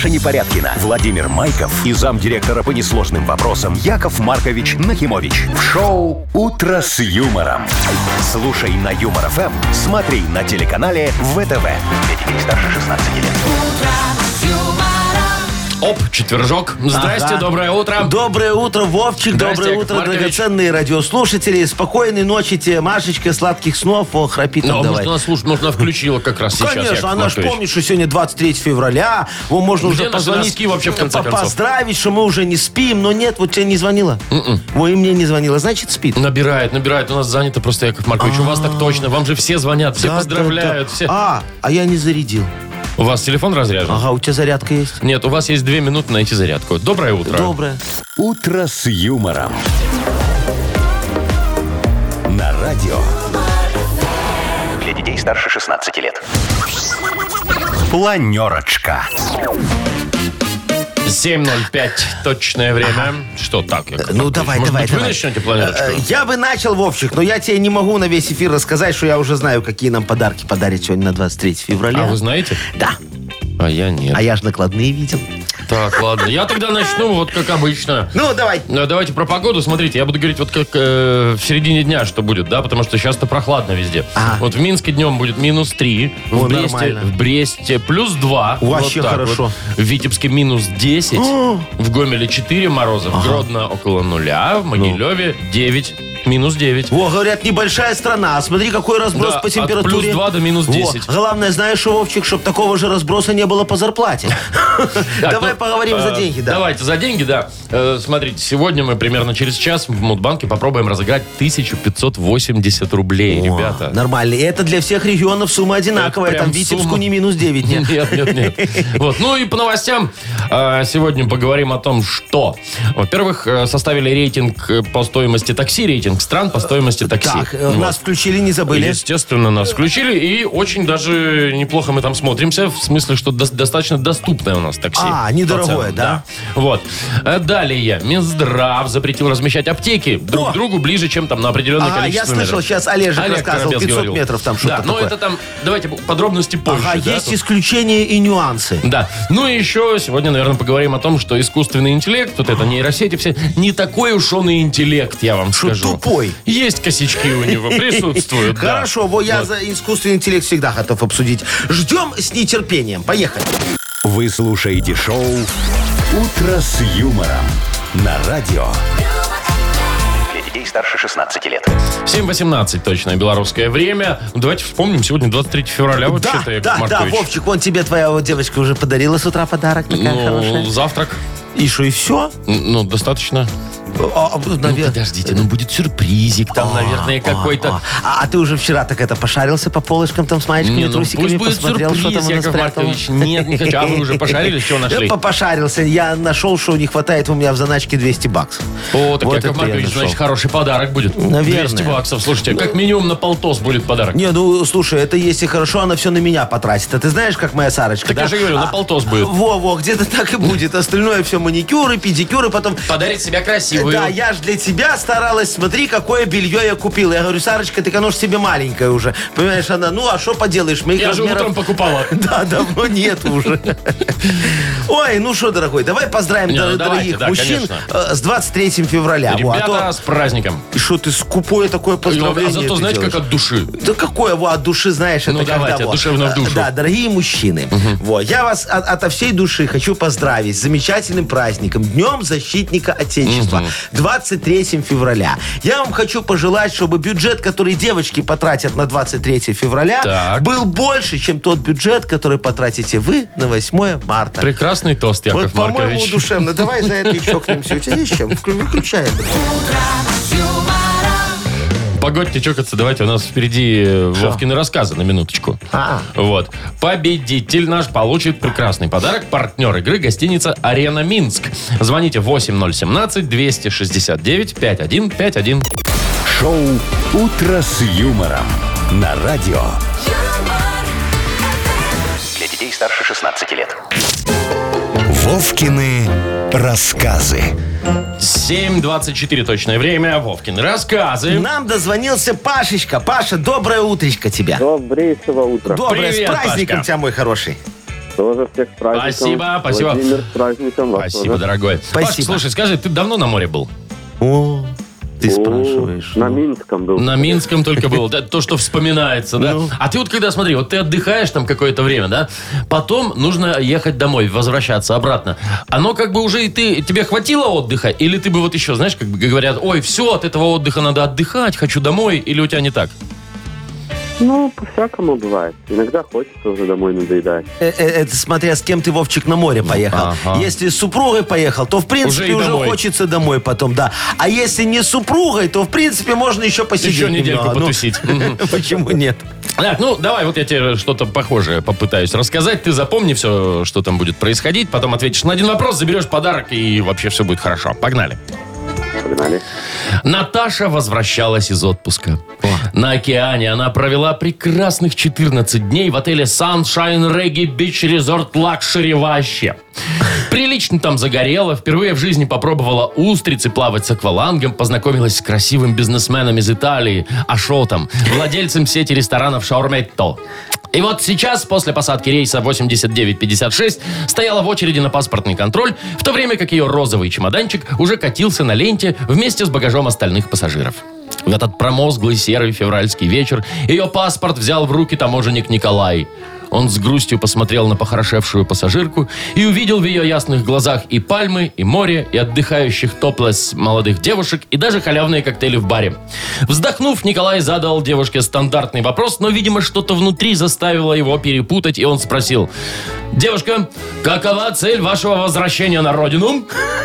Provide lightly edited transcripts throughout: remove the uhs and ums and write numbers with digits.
Маша Непорядкина, Владимир Майков и замдиректора по несложным вопросам Яков Маркович Нахимович. В шоу «Утро с юмором». Слушай на Юмор ФМ, смотри на телеканале ВТВ. Для детей старше 16 лет. Оп, четвержок. Здрасте, доброе утро. Доброе утро, Вовчик, Здрасте, доброе Яков утро, Маркович. драгоценные радиослушатели. Спокойной ночи тебе, Машечка, сладких снов. О, храпит там Ну, давай. может, она включила как раз сейчас, Конечно, Яков она же Маркович. помнит, что сегодня 23 февраля. Во, можно Где уже наши позвонить, носки вообще, в конце концов? поздравить, что мы уже не спим. Но нет, вот тебе не звонила. Во, и мне не звонила, значит, спит. Набирает. У нас занято просто, Яков Маркович. У вас так точно. Вам же все звонят, все Да, поздравляют. да. Все. А я не зарядил. У вас телефон разряжен? Ага, у тебя зарядка есть? Нет, у вас есть 2 минуты найти зарядку. Доброе утро. Доброе. «Утро с юмором». На радио. Для детей старше 16 лет. Планерочка. 7:05 точное время. Что так, Яков Ну, Маркович? давай, Может давай, быть, вы давай. начнете планерочку? Я бы начал, Вовчик, но я тебе не могу на весь эфир рассказать, что я уже знаю, какие нам подарки подарят сегодня на 23 февраля. А вы знаете? Да. А я нет. А я ж накладные видел. Так, ладно. Я тогда начну, вот как обычно. Ну, давай. Давайте про погоду. Смотрите, я буду говорить вот как в середине дня, что будет, да, потому что сейчас-то прохладно везде. Ага. Вот в Минске днем будет -3, О, нормально. в Бресте +2. Вообще вот так хорошо. вот. В Витебске -10, в Гомеле 4 мороза, в Гродно около 0, в Могилеве 9. -9. Во, говорят, небольшая страна. А смотри, какой разброс Да, по от температуре. +2 до -10. Во. Главное, знаешь, что, Вовчик, чтобы такого же разброса не было по зарплате. Так, Давай ну, поговорим за деньги, да. Давайте за деньги, да. Смотрите, сегодня мы примерно через час в Мудбанке попробуем разыграть 1580 рублей, ребята. Нормально. И это для всех регионов сумма одинаковая. Это прям Там Витебску сумма. не -9 нет. Нет. Вот. Ну и по новостям сегодня поговорим о том, что, во-первых, составили рейтинг по стоимости такси, рейтинг стран по стоимости такси. Так, Вот. нас включили, не забыли. Естественно, нас включили, и очень даже неплохо мы там смотримся, в смысле, что достаточно доступное у нас такси. Недорогое, по ценам, да? Вот. Далее, Минздрав запретил размещать аптеки друг к другу ближе, чем там на определенное Ага, я количество слышал, метров. сейчас Олежек рассказывал, Коробец 500 говорил. метров там что-то Да, но такое. это там, давайте подробности позже. Ага, да, есть тут. исключения и нюансы. Да. Ну и еще сегодня, наверное, поговорим о том, что искусственный интеллект, вот это нейросети все, не такой уж он и интеллект, я вам Что скажу. тупой. Есть косячки у него, присутствуют. да. Хорошо, я за искусственный интеллект всегда готов обсудить. Ждем с нетерпением. Поехали. Вы слушаете шоу «Утро с юмором» на радио. Для детей старше 16 лет. 7:18 точное белорусское время. Ну, давайте вспомним, сегодня 23 февраля, вообще-то, Яков Да, Маркович. Вовчик, вон тебе твоя вот девочка уже подарила с утра подарок. Такая Ну, хорошая. завтрак. И что, и все? Ну, достаточно. Ну, подождите, будет сюрпризик там, наверное, какой-то. А ты уже вчера так пошарился по полочкам там с маечками, Не, ну, трусиками, пусть будет посмотрел, что там сюрприз, она Яков спрятала? Маркович. Нет, не хочу. А вы уже пошарились, что нашли? Я пошарился. Я нашел, что не хватает у меня в заначке 200 баксов. О, так, Вот Яков это я Маркович, нашел. значит, хороший подарок будет. Наверное. 200 баксов. Слушайте, как минимум на полтос будет подарок. Не, ну, слушай, это если хорошо, она все на меня потратит. А ты знаешь, как моя Сарочка, Так да? я же говорю, на полтос будет. Во, где-то так и будет. Остальное все маникюры, педикюры, потом... Подарить себя красивую. Да, я ж для тебя старалась, смотри, какое белье я купила. Я говорю, Сарочка, ты, конечно, себе маленькая уже. Понимаешь, она, ну, а что поделаешь, моих Я же размеров... утром покупала. Да, давно нет уже. Ой, ну что, дорогой, давай поздравим Не, ну дорогих давайте, да, мужчин конечно. с 23 февраля. Во, а Ребята, то- с праздником. И что ты скупое такое поздравление А зато, ты знаете, делаешь? как от души. Да какое, от души, знаешь, Ну, это давайте, когда... от душевно в душу. Да, дорогие мужчины, я вас ото всей души хочу поздравить с замечательным праздником, Днем Защитника Отечества, 23 февраля. Я вам хочу пожелать, чтобы бюджет, который девочки потратят на 23 февраля, Так. был больше, чем тот бюджет, который потратите вы на 8 марта. Прекрасный тост, Яков Вот, по-моему, Маркович. душевно. Давай за это и чокнемся. У тебя есть чем? Выключай это. Погодьте чокаться, давайте, у нас впереди Вовкины рассказы на минуточку. Вот. Победитель наш получит прекрасный подарок. Партнер игры — гостиница «Арена Минск». Звоните 8017-269-5151. Шоу «Утро с юмором» на радио. Для детей старше 16 лет. Вовкины рассказы. 7:24 точное время. Вовкины рассказы. Нам дозвонился Пашечка. Паша, доброе утречко тебе. Добрейшего утра. Доброе, Привет, с праздником Пашка. тебя, мой хороший. Тоже всех с праздником. Спасибо. Владимир, с праздником вас. Спасибо, тоже. дорогой. Спасибо. Паш, слушай, скажи, ты давно на море был? О, ты спрашиваешь. На Минском был. На Минском только был. Да, то, что вспоминается, да? А ты вот когда, смотри, вот ты отдыхаешь там какое-то время, да? Потом нужно ехать домой, возвращаться обратно. Оно как бы уже и тебе хватило отдыха? Или ты бы вот еще, знаешь, как бы говорят, ой, все, от этого отдыха надо отдыхать, хочу домой. Или у тебя не так? Ну, по-всякому бывает. Иногда хочется уже домой надоедать. Это смотря с кем ты, Вовчик, на море поехал. Ага. Если с супругой поехал, то, в принципе, Уже и уже домой. хочется домой потом, да. А если не с супругой, то, в принципе, можно еще посидеть Еще недельку немного. Ну, потусить. почему нет? Так, ну давай вот я тебе что-то похожее попытаюсь рассказать. Ты запомни все, что там будет происходить. Потом ответишь на один вопрос, заберешь подарок и вообще все будет хорошо. Погнали. Погнали. Наташа возвращалась из отпуска. На океане она провела прекрасных 14 дней в отеле Sunshine Reggae Beach Resort Luxury вообще. Прилично там загорела, впервые в жизни попробовала устрицы, плавать с аквалангом, познакомилась с красивым бизнесменом из Италии, Ашотом, владельцем сети ресторанов Шаурметто. И вот сейчас, после посадки рейса 8956, стояла в очереди на паспортный контроль, в то время как ее розовый чемоданчик уже катился на ленте вместе с багажом остальных пассажиров. В этот промозглый серый февральский вечер ее паспорт взял в руки таможенник Николай. Он с грустью посмотрел на похорошевшую пассажирку и увидел в ее ясных глазах и пальмы, и море, и отдыхающих топлесс молодых девушек, и даже халявные коктейли в баре. Вздохнув, Николай задал девушке стандартный вопрос, но, видимо, что-то внутри заставило его перепутать, и он спросил: «Девушка, какова цель вашего возвращения на родину?»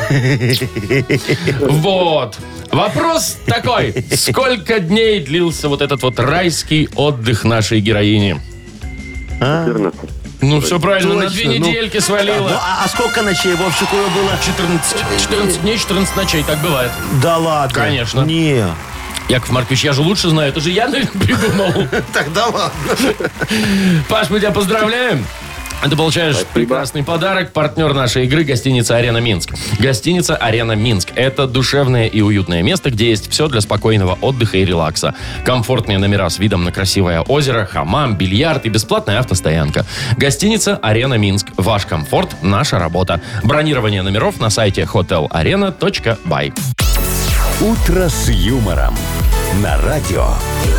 Вот. Вопрос такой. Сколько дней длился вот этот вот райский отдых нашей героини? 14. Ну, все правильно, на Точно, 2 недельки Ну, свалила. а сколько ночей, Вовчик, у него было? 14 дней, 14 ночей, так бывает. Да ладно. Конечно. Не. Яков Маркович, я же лучше знаю, это же я придумал. Тогда ладно. Паш, мы тебя поздравляем. Ты получаешь прекрасный подарок. Партнер нашей игры — гостиница «Арена Минск». Гостиница «Арена Минск» — это душевное и уютное место, где есть все для спокойного отдыха и релакса. Комфортные номера с видом на красивое озеро, хамам, бильярд и бесплатная автостоянка. Гостиница «Арена Минск». Ваш комфорт — наша работа. Бронирование номеров на сайте hotelarena.by. «Утро с юмором» на радио.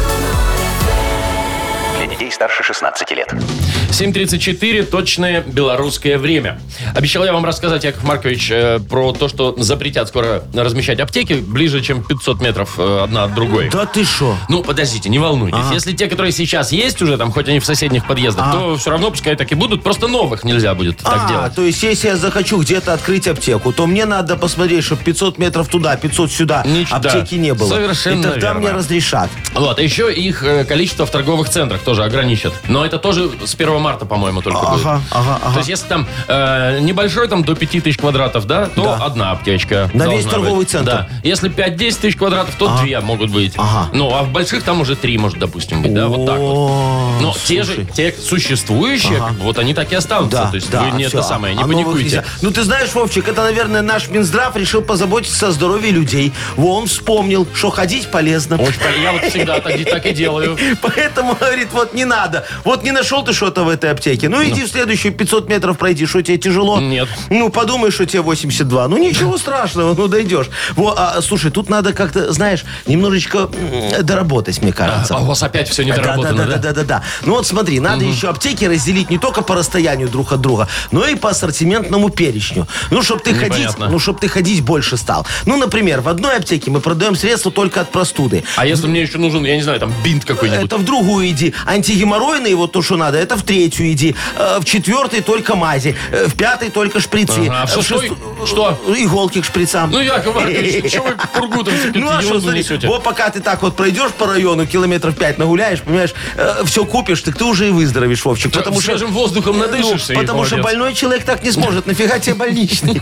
Для детей старше 16 лет. 7:34, точное белорусское время. Обещал я вам рассказать, Яков Маркович, про то, что запретят скоро размещать аптеки ближе, чем 500 метров одна от другой. Да ты шо? Ну, подождите, не волнуйтесь. Если те, которые сейчас есть уже, там, хоть они в соседних подъездах, то все равно пускай так и будут, просто новых нельзя будет так делать. То есть, если я захочу где-то открыть аптеку, то мне надо посмотреть, чтобы 500 метров туда, 500 сюда аптеки не было. Совершенно И тогда верно. мне разрешат. Вот, а еще их количество в торговых центрах тоже ограничат. Но это тоже с 1 марта, по-моему, только будет. То есть, если там небольшой, там до 5000 квадратов, да, то Да. одна аптечка На должна весь торговый быть. центр? Да. Если 5-10 тысяч квадратов, то 2 могут быть. Ну, а в больших там уже 3, может, допустим, быть, да, вот так вот. Но те существующие, как бы, вот они так и останутся. Да, То есть да, вы не всё. это самое, не А новых паникуйте. нельзя. Ну, ты знаешь, Вовчик, это, наверное, наш Минздрав решил позаботиться о здоровье людей. Он вспомнил, что ходить полезно. Очень полезно. Я вот всегда так и делаю. Поэтому, говорит, вот не надо. Вот не нашел ты что-то в этой аптеке. Ну, иди в следующую 500 метров пройди. Что, тебе тяжело? Нет. Ну, подумай, что тебе 82. Ну, ничего страшного, ну, дойдешь. Слушай, тут надо как-то, знаешь, немножечко доработать, мне кажется. А у вас опять все недоработано, да? Да. Ну вот смотри, надо еще аптеки разделить не только по расстоянию друг от друга, но и по ассортиментному перечню. Ну, чтобы ты ходить больше стал. Ну, например, в одной аптеке мы продаем средства только от простуды. А если мне еще нужен, я не знаю, там бинт какой-нибудь? Это в другую иди. Антигеморройные, вот то, что надо, это в третью иди. В четвертой только мази. В пятой только шприцы. Ага, а в шестой что? Иголки к шприцам. Ну, Яков Маркович, что вы пургу там Ну, а что, смотри, несете? вот пока ты так вот пройдешь по району, километров 5 нагуляешь, понимаешь, все купишь, так ты уже и выздоровеешь, Вовчик. Потому что свежим воздухом надышишься. и потому что молодец. больной человек так не сможет. Нафига тебе больничный?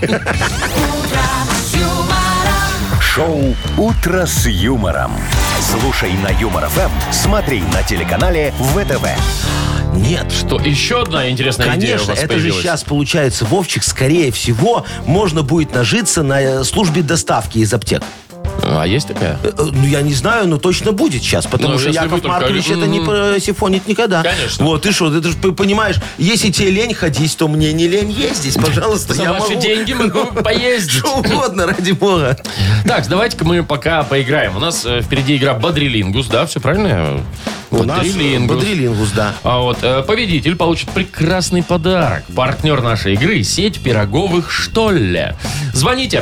Шоу «Утро с юмором». Слушай на Юмор ФМ, смотри на телеканале ВТВ. Нет. Что, еще одна интересная идея у Конечно, вас это же появилась? сейчас получается, Вовчик, скорее всего, можно будет нажиться на службе доставки из аптек. А есть такая? Ну, я не знаю, но точно будет сейчас, потому Ну, что если вы Яков только- Маркович это не посифонит никогда. Конечно. Вот, ты что, ты же понимаешь, если тебе лень ходить, то мне не лень ездить, пожалуйста. За я ваши могу деньги могу поездить. Что угодно, ради бога. Так, давайте-ка мы пока поиграем. У нас впереди игра Бодрилингус, да, все правильно? У нас Бодрилингус. Бодрилингус, да. А вот победитель получит прекрасный подарок. Партнер нашей игры — сеть пироговых «Штолле». Звоните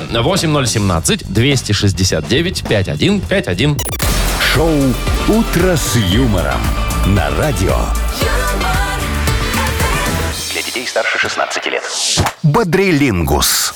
8017-269-5151. Шоу «Утро с юмором» на радио. Для детей старше 16 лет. Бодрилингус.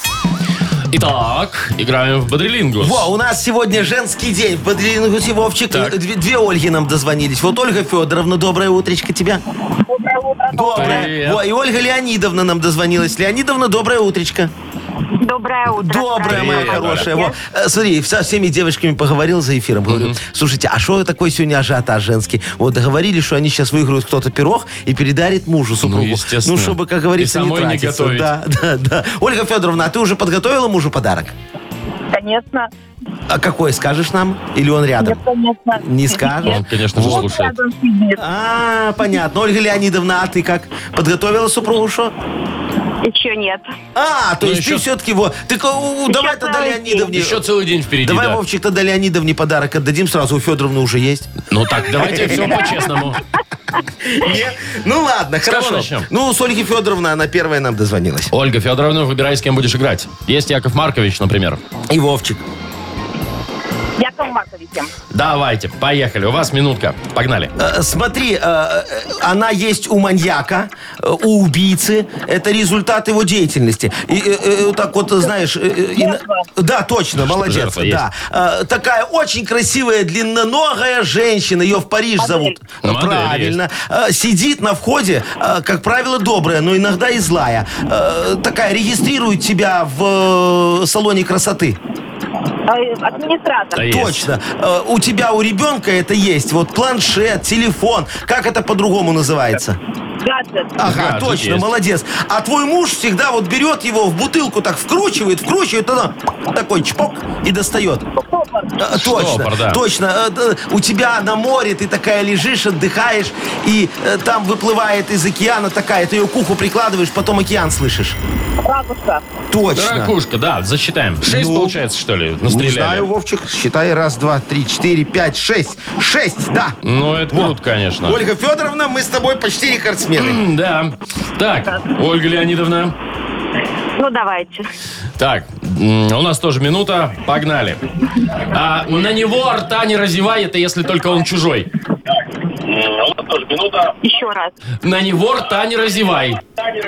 Итак, играем в Бодрилингус. Во, у нас сегодня женский день в Бодрилингусе, Вовчик. Так. Две Ольги нам дозвонились. Вот Ольга Федоровна, доброе утречко тебе. Доброе. Привет. Во, и Ольга Леонидовна нам дозвонилась. Леонидовна, доброе утречко. Доброе утро. Доброе, моя Привет, хорошая. Оля. Во, смотри, со всеми девочками поговорил за эфиром. Говорю, слушайте, а что такое сегодня ажиотаж женский? Вот договорились, что они сейчас выиграют кто-то пирог и передарит мужу, супругу. естественно. Ну, чтобы, как говорится, И самой не тратиться. готовить. Да. Ольга Федоровна, а ты уже подготовила мужу подарок? Конечно. А какой, скажешь нам? Или он рядом? Нет, конечно. Не скажешь? Он, конечно же, Вот слушает. рядом сидит. А, понятно. Ольга Леонидовна, а ты как? Подготовила супругу, что? Еще нет. А, то Ну, есть еще- ты все-таки вот. Ты давай тогда целый Леонидовне. Еще целый день впереди, Давай, да. Вовчик, тогда Леонидовне подарок отдадим сразу. У Федоровны уже есть. Ну так, давайте все по-честному. Ну ладно, кого хорошо. начнем? Ну, с Ольги Федоровны, она первая нам дозвонилась. Ольга Федоровна, выбирай, с кем будешь играть. Есть Яков Маркович, например. И Вовчик. Яков Маркович. Давайте, поехали. У вас минутка. Погнали. Смотри, она есть у маньяка, у убийцы. Это результат его деятельности. И вот так вот, знаешь... Да, точно, молодец. жертва есть. Да. Такая очень красивая, длинноногая женщина. Ее в Париж зовут. Модель Правильно. Сидит на входе, как правило, добрая, но иногда и злая. Такая регистрирует тебя в салоне красоты. Администратор. Да есть. Точно. У тебя, у ребенка это есть. Вот планшет, телефон. Как это по-другому называется? Гаджет. Ага, Гаджет точно, есть. молодец. А твой муж всегда вот берет его в бутылку, так вкручивает, она такой чпок и достает. Точно, Штопор, да. точно. У тебя на море ты такая лежишь, отдыхаешь, и там выплывает из океана такая, ты ее к уху прикладываешь, потом океан слышишь. Ракушка. Точно. Ракушка, да, засчитаем. 6 Ну, получается, что ли? Не Настреляли. знаю, Вовчик, считай, 1, 2, 3, 4, 5, 6. 6, да. Ну, это круто, конечно. Ольга Федоровна, мы с тобой почти рекордсмены. Да. Так, Ольга Леонидовна. Ну, давайте. Так, у нас тоже минута. Погнали. На него рта не разевай, это если только он чужой. Еще раз. На него рта не разевай.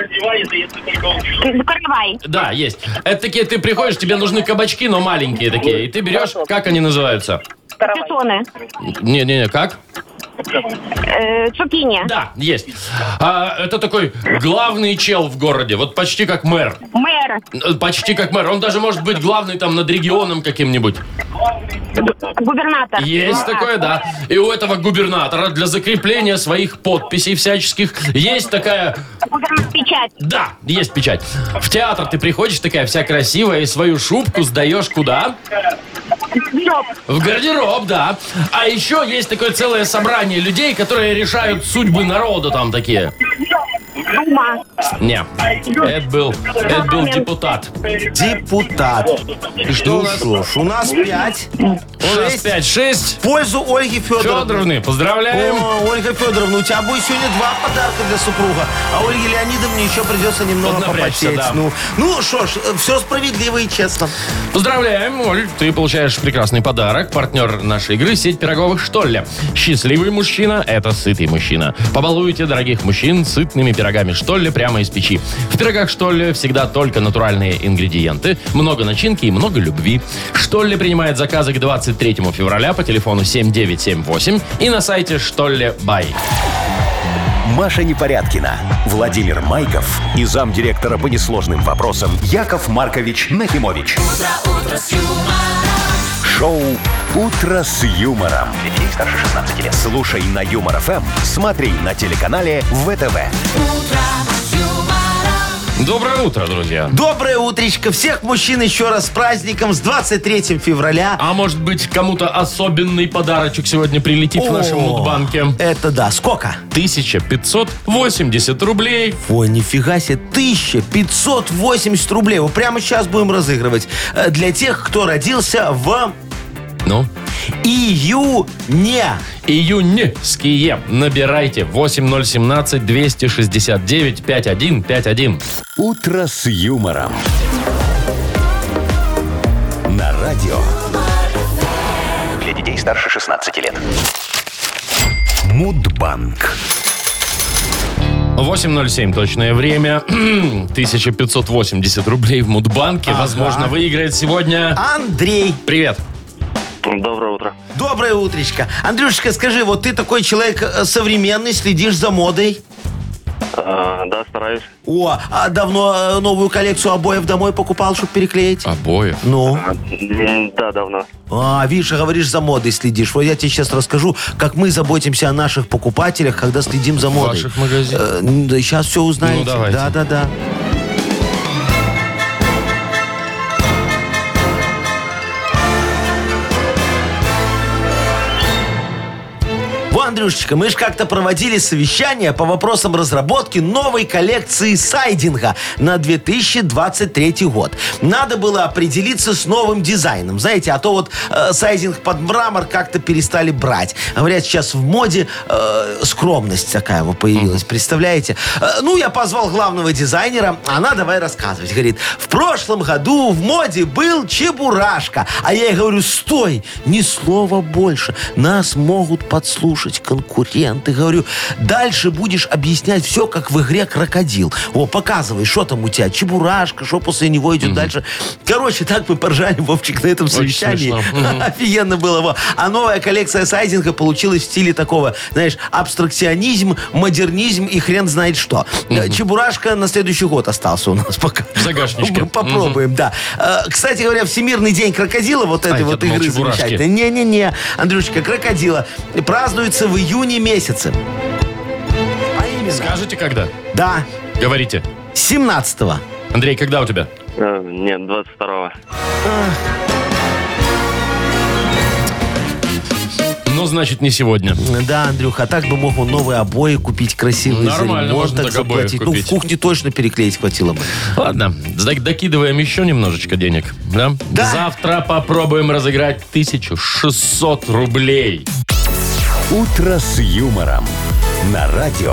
Закрывай. Да, есть. Это такие, ты приходишь, тебе нужны кабачки, но маленькие такие. И ты берешь, как они называются? Питоны. Не-не-не, как? Цукини. Да, есть. Это такой главный чел в городе, вот почти как мэр. Мэр. Почти как мэр. Он даже может быть главный там над регионом каким-нибудь. Губернатор. Есть такое, да. И у этого губернатора для закрепления своих подписей всяческих есть такая... Печать. Да, есть печать. В театр ты приходишь такая вся красивая и свою шубку сдаешь куда? В гардероб, да. А еще есть такое целое собрание людей, которые решают судьбы народа там такие. Дума. Не, это был депутат. Депутат. Что у нас? Что ж, у нас 5. У нас 5-6. В пользу Ольги Федоровны. Федоровны, поздравляем. О, Ольга Федоровна, у тебя будет сегодня 2 подарка для супруга. А Ольге Леонидовне еще придется немного Поднапрячься, попотеть. да. Ну что ж, все справедливо и честно. Поздравляем, Оль, ты получаешь прекрасный подарок. Партнер нашей игры — сеть пироговых «Штолле». Счастливый мужчина — это сытый мужчина. Побалуйте дорогих мужчин сытными пирогами «Штолле» прямо из печи. В пирогах «Штолле» всегда только натуральные ингредиенты, много начинки и много любви. «Штолле» принимает заказы к 23 февраля по телефону 7978 и на сайте «Штолле Бай». Маша Непорядкина, Владимир Майков и замдиректора по несложным вопросам Яков Маркович Нахимович. Шоу «Утро с юмором». Для детей старше 16 лет. Слушай на Юмор ФМ, смотри на телеканале ВТВ. Доброе утро, друзья. Доброе утречко. Всех мужчин еще раз с праздником, с 23 февраля. А может быть, кому-то особенный подарочек сегодня прилетит в нашем Мудбанке? Это да. Сколько? 1580 рублей. Ой, нифига себе. 1580 рублей. Вот прямо сейчас будем разыгрывать. Для тех, кто родился в Ну? июне. Июньские. Набирайте 8017-269-5151. «Утро с юмором». На радио. Для детей старше 16 лет. Мудбанк. 8:07 точное время. 1580 рублей в Мудбанке. Возможно, выиграет сегодня... Андрей. Привет. Доброе утро. Доброе утречко. Андрюшечка, скажи, вот ты такой человек современный, следишь за модой? Да, стараюсь. О, а давно новую коллекцию обоев домой покупал, чтобы переклеить? Обоев. Ну? Да, давно. Видишь, говоришь, за модой следишь. Вот я тебе сейчас расскажу, как мы заботимся о наших покупателях, когда следим за В модой. ваших магазинах? Да, сейчас все узнаете. Ну, давайте. Да. Андрюшечка, мы же как-то проводили совещание по вопросам разработки новой коллекции сайдинга на 2023 год. Надо было определиться с новым дизайном. Знаете, а то вот сайдинг под мрамор как-то перестали брать. Говорят, сейчас в моде скромность такая вот появилась. Представляете? Я позвал главного дизайнера, она давай рассказывать. Говорит, в прошлом году в моде был Чебурашка. А я ей говорю, стой, ни слова больше. Нас могут подслушать конкуренты. Говорю, дальше будешь объяснять все, как в игре «Крокодил». Показывай, что там у тебя, Чебурашка, что после него идет дальше. Короче, так мы поржали, Вовчик, на этом совещании. Офигенно было. А новая коллекция сайдинга получилась в стиле такого, знаешь, абстракционизм, модернизм и хрен знает что. Чебурашка на следующий год остался у нас пока. В загашничке. Попробуем, да. Кстати говоря, Всемирный день крокодила, вот этой вот игры Чебурашки. замечательной. Не-не-не, Андрюшечка, крокодила празднуется в июне месяце. А именно? Скажите, когда? Да, Говорите. 17-го. Андрей, когда у тебя? Нет, 22-го. Ну, значит, не сегодня. Да, Андрюха, а так бы мог он новые обои купить красивые. Нормально, за ремонт можно так обои заплатить. купить. В кухне точно переклеить хватило бы. Ладно, докидываем еще немножечко денег. Да? Да. Завтра попробуем разыграть 1600 рублей. «Утро с юмором». На радио.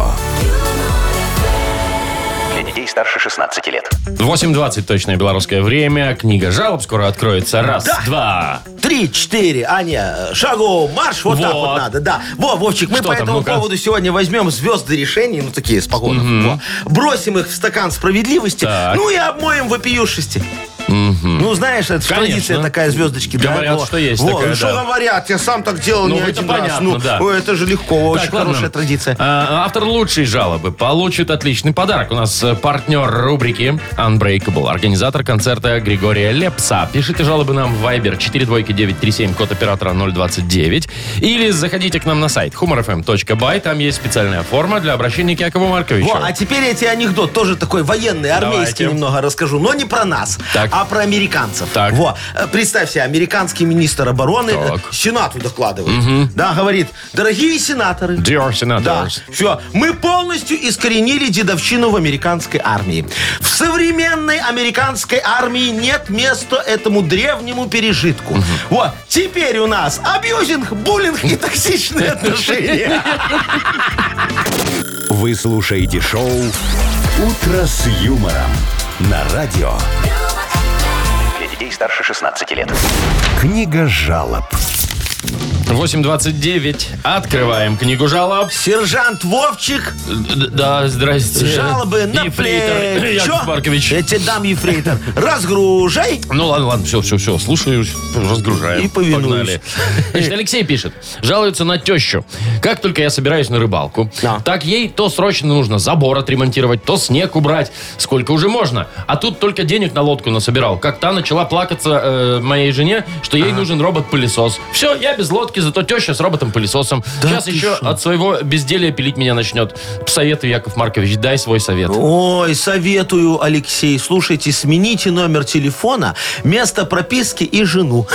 Для детей старше 16 лет. 8:20 точное белорусское время. Книга жалоб скоро откроется. Раз, Да. два. 3, 4, шагу, марш, вот так вот надо, да. Вовчик, мы Что по там, этому ну-ка? поводу сегодня возьмем звезды решений, такие с погонов, бросим их в стакан справедливости, Так. и обмоем вопиюшести. Ну, знаешь, это Конечно. традиция такая, звездочки. Говорят, что есть такая, Что да. говорят, я сам так делал не это один раз. понятно, да. Это же легко, очень Так, ладно. хорошая традиция. Автор лучшей жалобы получит отличный подарок. У нас партнер рубрики Unbreakable, организатор концерта Григория Лепса. Пишите жалобы нам в Viber 42937, код оператора 029. Или заходите к нам на сайт humorfm.by. Там есть специальная форма для обращения к Якову Марковичу. А теперь я тебе анекдот, тоже такой военный, армейский Давайте. немного расскажу, но не про нас, Так. а про американцев. Так. Представь себе, американский министр обороны Так. Сенату докладывает. Да, говорит, дорогие сенаторы, Dear да, Senators. все, мы полностью искоренили дедовщину в американской армии. В современной американской армии нет места этому древнему пережитку. Теперь у нас абьюзинг, буллинг и токсичные отношения. Вы слушаете шоу «Утро с юмором». На радио. Для детей старше 16 лет. Книга жалоб. 8:29. Открываем книгу жалоб. Сержант Вовчик, Да, здрасте. жалобы на Ефрейтор плечо. Яков Маркович. Я тебе дам, ефрейтор. Разгружай. Ну ладно, все, слушаюсь, разгружаем. И повинуюсь. Погнали. Значит, Алексей пишет, жалуется на тещу. Как только я собираюсь на рыбалку, Да. так ей то срочно нужно забор отремонтировать, то снег убрать. Сколько уже можно? А тут только денег на лодку насобирал. Как та начала плакаться моей жене, что ей нужен робот-пылесос. Все, я без лодки коробке, зато теща с роботом-пылесосом. Да Сейчас ты еще шо? от своего безделия пилить меня начнет. Советую, Яков Маркович, дай свой совет. Ой, советую, Алексей. Слушайте, смените номер телефона, место прописки и жену.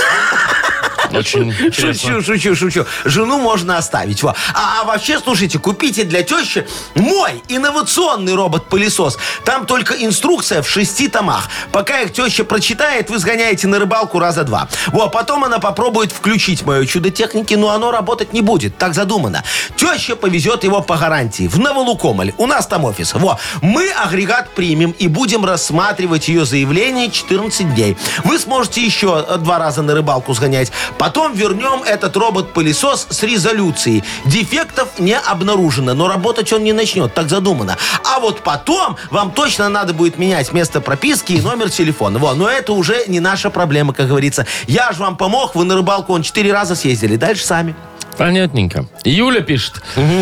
Очень интересно. Шучу. Жену можно оставить. Во. А вообще, слушайте, купите для тещи мой инновационный робот-пылесос. Там только инструкция в 6 томах. Пока их теща прочитает, вы сгоняете на рыбалку раза 2. Во, потом она попробует включить мое чудо техники, но оно работать не будет. Так задумано. Теща повезет его по гарантии в Новолукомль. У нас там офис. Во. Мы агрегат примем и будем рассматривать ее заявление 14 дней. Вы сможете еще 2 раза на рыбалку сгонять. Потом вернем этот робот-пылесос с резолюцией. Дефектов не обнаружено, но работать он не начнет, так задумано. А вот потом вам точно надо будет менять место прописки и номер телефона. Во, но это уже не наша проблема, как говорится. Я же вам помог, вы на рыбалку 4 раза съездили, дальше сами. Понятненько. Юля пишет.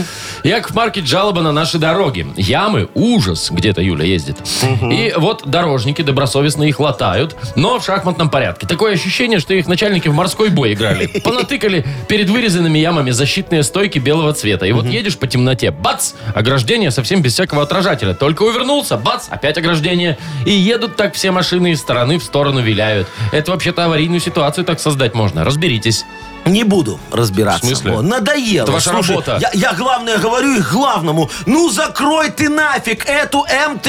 Яков Маркович, жалоба на наши дороги. Ямы, ужас. Где-то Юля ездит. И вот дорожники добросовестно их латают, но в шахматном порядке. Такое ощущение, что их начальники в морской бой играли. Понатыкали перед вырезанными ямами защитные стойки белого цвета. И вот едешь по темноте, бац, ограждение совсем без всякого отражателя. Только увернулся, бац, опять ограждение. И едут так все машины из стороны в сторону виляют. Это вообще-то аварийную ситуацию так создать можно. Разберитесь. Не буду разбираться. В смысле? О, надоело. Это ваша Слушай, работа. Я главное говорю их главному. Ну, закрой ты нафиг эту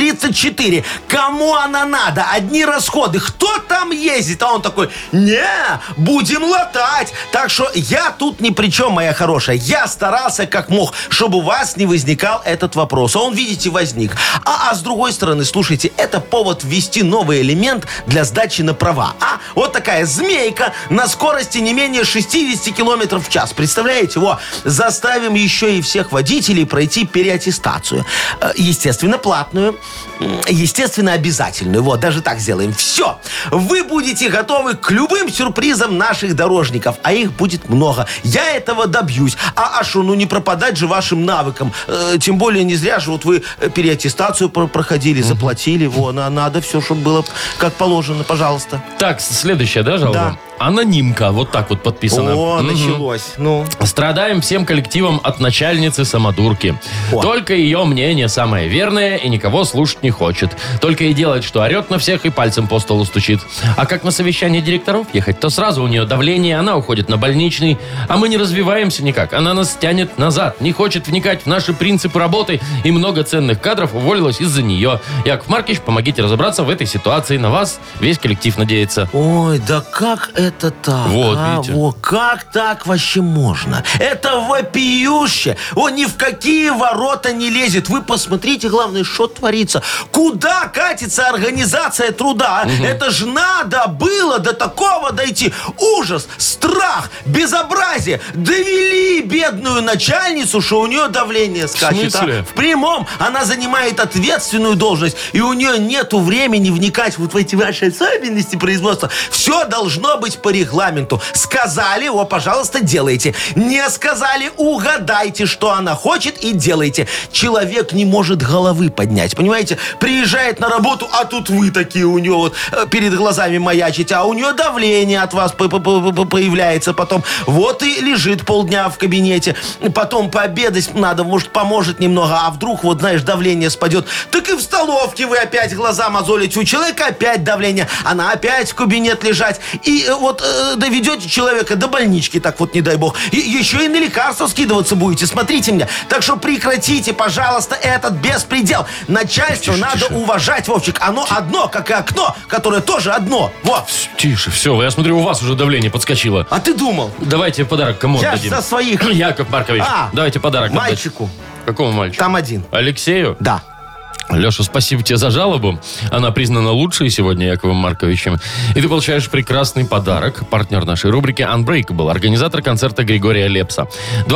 М-34. Кому она надо? Одни расходы. Кто там ездит? А он такой, не, будем латать. Так что я тут ни при чем, моя хорошая. Я старался как мог, чтобы у вас не возникал этот вопрос. А он, видите, возник. А с другой стороны, слушайте, это повод ввести новый элемент для сдачи на права. Вот такая змейка на скорости не менее 60 километров в час. Представляете? Во, заставим еще и всех водителей пройти переаттестацию. Естественно, платную. Естественно, обязательную. Вот, даже так сделаем. Все. Вы будете готовы к любым сюрпризам наших дорожников. А их будет много. Я этого добьюсь. А шо, ну не пропадать же вашим навыкам. Тем более не зря же вот вы переаттестацию проходили, заплатили. Во, надо все, чтобы было как положено. Пожалуйста. Так, следующая, да, жалоба? Да. Анонимка, вот так вот подписано. О, началось. Ну. Страдаем всем коллективом от начальницы-самодурки. О. Только ее мнение самое верное и никого слушать не хочет. Только и делает, что орет на всех и пальцем по столу стучит. А как на совещание директоров ехать, то сразу у нее давление, она уходит на больничный, а мы не развиваемся никак. Она нас тянет назад, не хочет вникать в наши принципы работы, и много ценных кадров уволилось из-за нее. Яков Маркович, помогите разобраться в этой ситуации. На вас весь коллектив надеется. Ой, да как это так? Вот, видите. Во, как так вообще можно? Это вопиюще. Он ни в какие ворота не лезет. Вы посмотрите, главное, что творится. Куда катится организация труда? Это ж надо было до такого дойти. Ужас, страх, безобразие. Довели бедную начальницу, что у нее давление скачет. В смысле? В прямом. Она занимает ответственную должность, и у нее нету времени вникать вот в эти ваши особенности производства. Все должно быть по регламенту. Сказали, пожалуйста, делайте. Не сказали, угадайте, что она хочет, и делайте. Человек не может головы поднять, понимаете? Приезжает на работу, а тут вы такие у него вот перед глазами маячите, а у нее давление от вас появляется потом. Вот и лежит полдня в кабинете. Потом пообедать надо, может, поможет немного, а вдруг, вот знаешь, давление спадет. Так и в столовке вы опять глаза мозолите. У человека опять давление. Она опять в кабинет лежать. И вот доведете человека до больнички, так вот, не дай бог. И еще и на лекарства скидываться будете. Смотрите мне. Так что прекратите, пожалуйста, этот беспредел. Начальство надо уважать, Вовчик. Оно одно, как и окно, которое тоже одно. Вот. Тише, все, я смотрю, у вас уже давление подскочило. А ты думал? Давайте подарок кому Я ж отдадим. за своих. Яков Маркович, давайте подарок отдать. Мальчику. Какому мальчику? Там один. Алексею? Да. Леша, спасибо тебе за жалобу. Она признана лучшей сегодня Яковом Марковичем. И ты получаешь прекрасный подарок. Партнер нашей рубрики Unbreakable, организатор концерта Григория Лепса.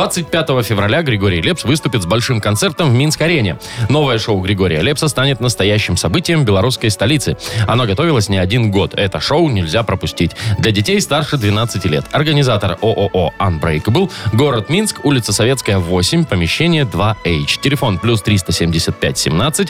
25 февраля Григорий Лепс выступит с большим концертом в Минск-арене. Новое шоу Григория Лепса станет настоящим событием белорусской столицы. Оно готовилось не 1 год. Это шоу нельзя пропустить. Для детей старше 12 лет. Организатор ООО Unbreakable. Город Минск, улица Советская, 8, помещение 2H. Телефон плюс 375 17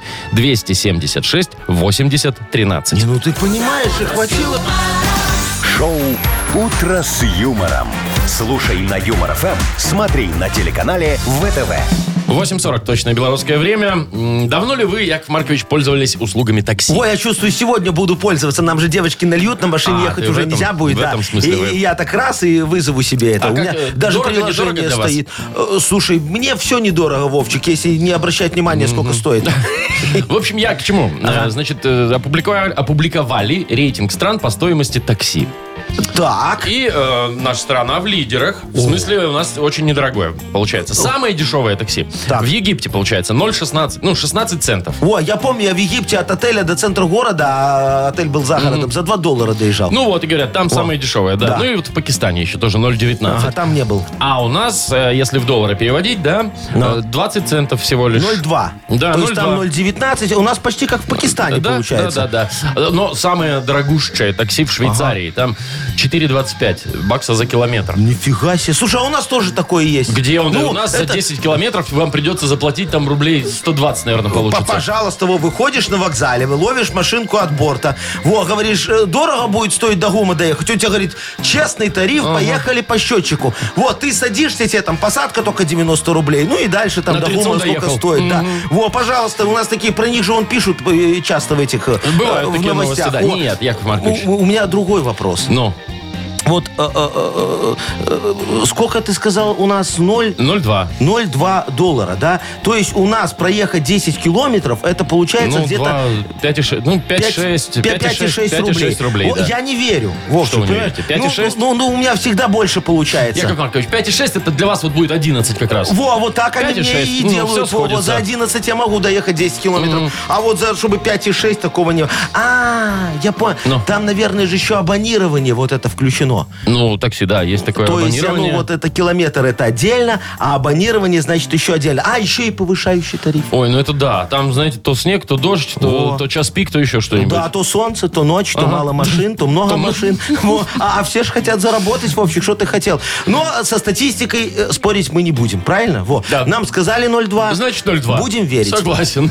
276 80 13. Ну ты понимаешь, и хватило. Шоу «Утро с юмором». Слушай на Юмор ФМ, смотри на телеканале ВТВ. 8:40 точное белорусское время. Давно ли вы, Яков Маркович, пользовались услугами такси? Ой, я чувствую, сегодня буду пользоваться. Нам же девочки нальют, на машине ехать ты уже в этом- нельзя будет. в да. этом смысле вы- И я так раз и вызову себе это. А У как, меня даже дорого, недорого приложение для вас? стоит. Слушай, мне все недорого, Вовчик, если не обращать внимания, сколько стоит. В общем, я к чему? Значит, опубликовали рейтинг стран по стоимости такси. Так. И наша страна в лидерах. В смысле, у нас очень недорогое получается. Самое дешевое такси. Так. В Египте получается 0,16, 16 центов. О, я помню, я в Египте от отеля до центра города, а отель был за городом, за $2 доезжал. Ну вот, и говорят, там самое дешевое, да. Да. Ну и вот в Пакистане еще тоже 0,19. Ага, там не был. А у нас, если в доллары переводить, да, 20 центов всего лишь. 0,2. Да, То есть там 0,2. 0,19. У нас почти как в Пакистане получается. Да. Но самое дорогущее такси в Швейцарии. Там 4,25 бакса за километр. Нифига себе. Слушай, а у нас тоже такое есть. Где он? Ну, У нас за это- 10 километров вам придется заплатить там рублей 120, наверное, получится. Пожалуйста, выходишь на вокзале, ловишь машинку от борта. Говоришь, дорого будет стоить до ГУМа доехать. Он тебе говорит, честный тариф, поехали по счетчику. Вот, ты садишься, тебе там посадка только 90 рублей. Ну и дальше там На до 30 ГУМа сколько доехал. стоит. Да. Пожалуйста, у нас такие, про них же пишут часто в этих Бывают в такие новости, новостях. да. Нет, Яков Маркович. У меня другой вопрос. Ну, Вот сколько ты сказал у нас? 0,2. $0,2, да? То есть у нас проехать 10 километров, это получается где-то 5,6, 5,6 рублей, да. Я не верю. Вовчик, Что вы не понимаешь? верите? 5,6? Ну, у меня всегда больше получается. Яков Маркович, 5,6 это для вас вот будет 11 как раз. Вот так они 5,6. мне и Ну, делают. всё Вот сходится. за 11 я могу доехать 10 километров. А вот чтобы 5,6 такого не... Я понял. Ну. Там, наверное, же еще абонирование вот это включено. Ну, такси, да, есть такое То есть, абонирование. вот это километр, это отдельно, а абонирование, значит, еще отдельно. А, еще и повышающий тариф. Ой, ну это да. Там, знаете, то снег, то дождь, то час пик, то еще что-нибудь. Да, то солнце, то ночь, то мало машин, то много То машин. А все же хотят заработать, Вовчик, что ты хотел. Но со статистикой спорить мы не будем, правильно? Да. Нам сказали 0,2. Значит, 0,2. Будем верить. Согласен.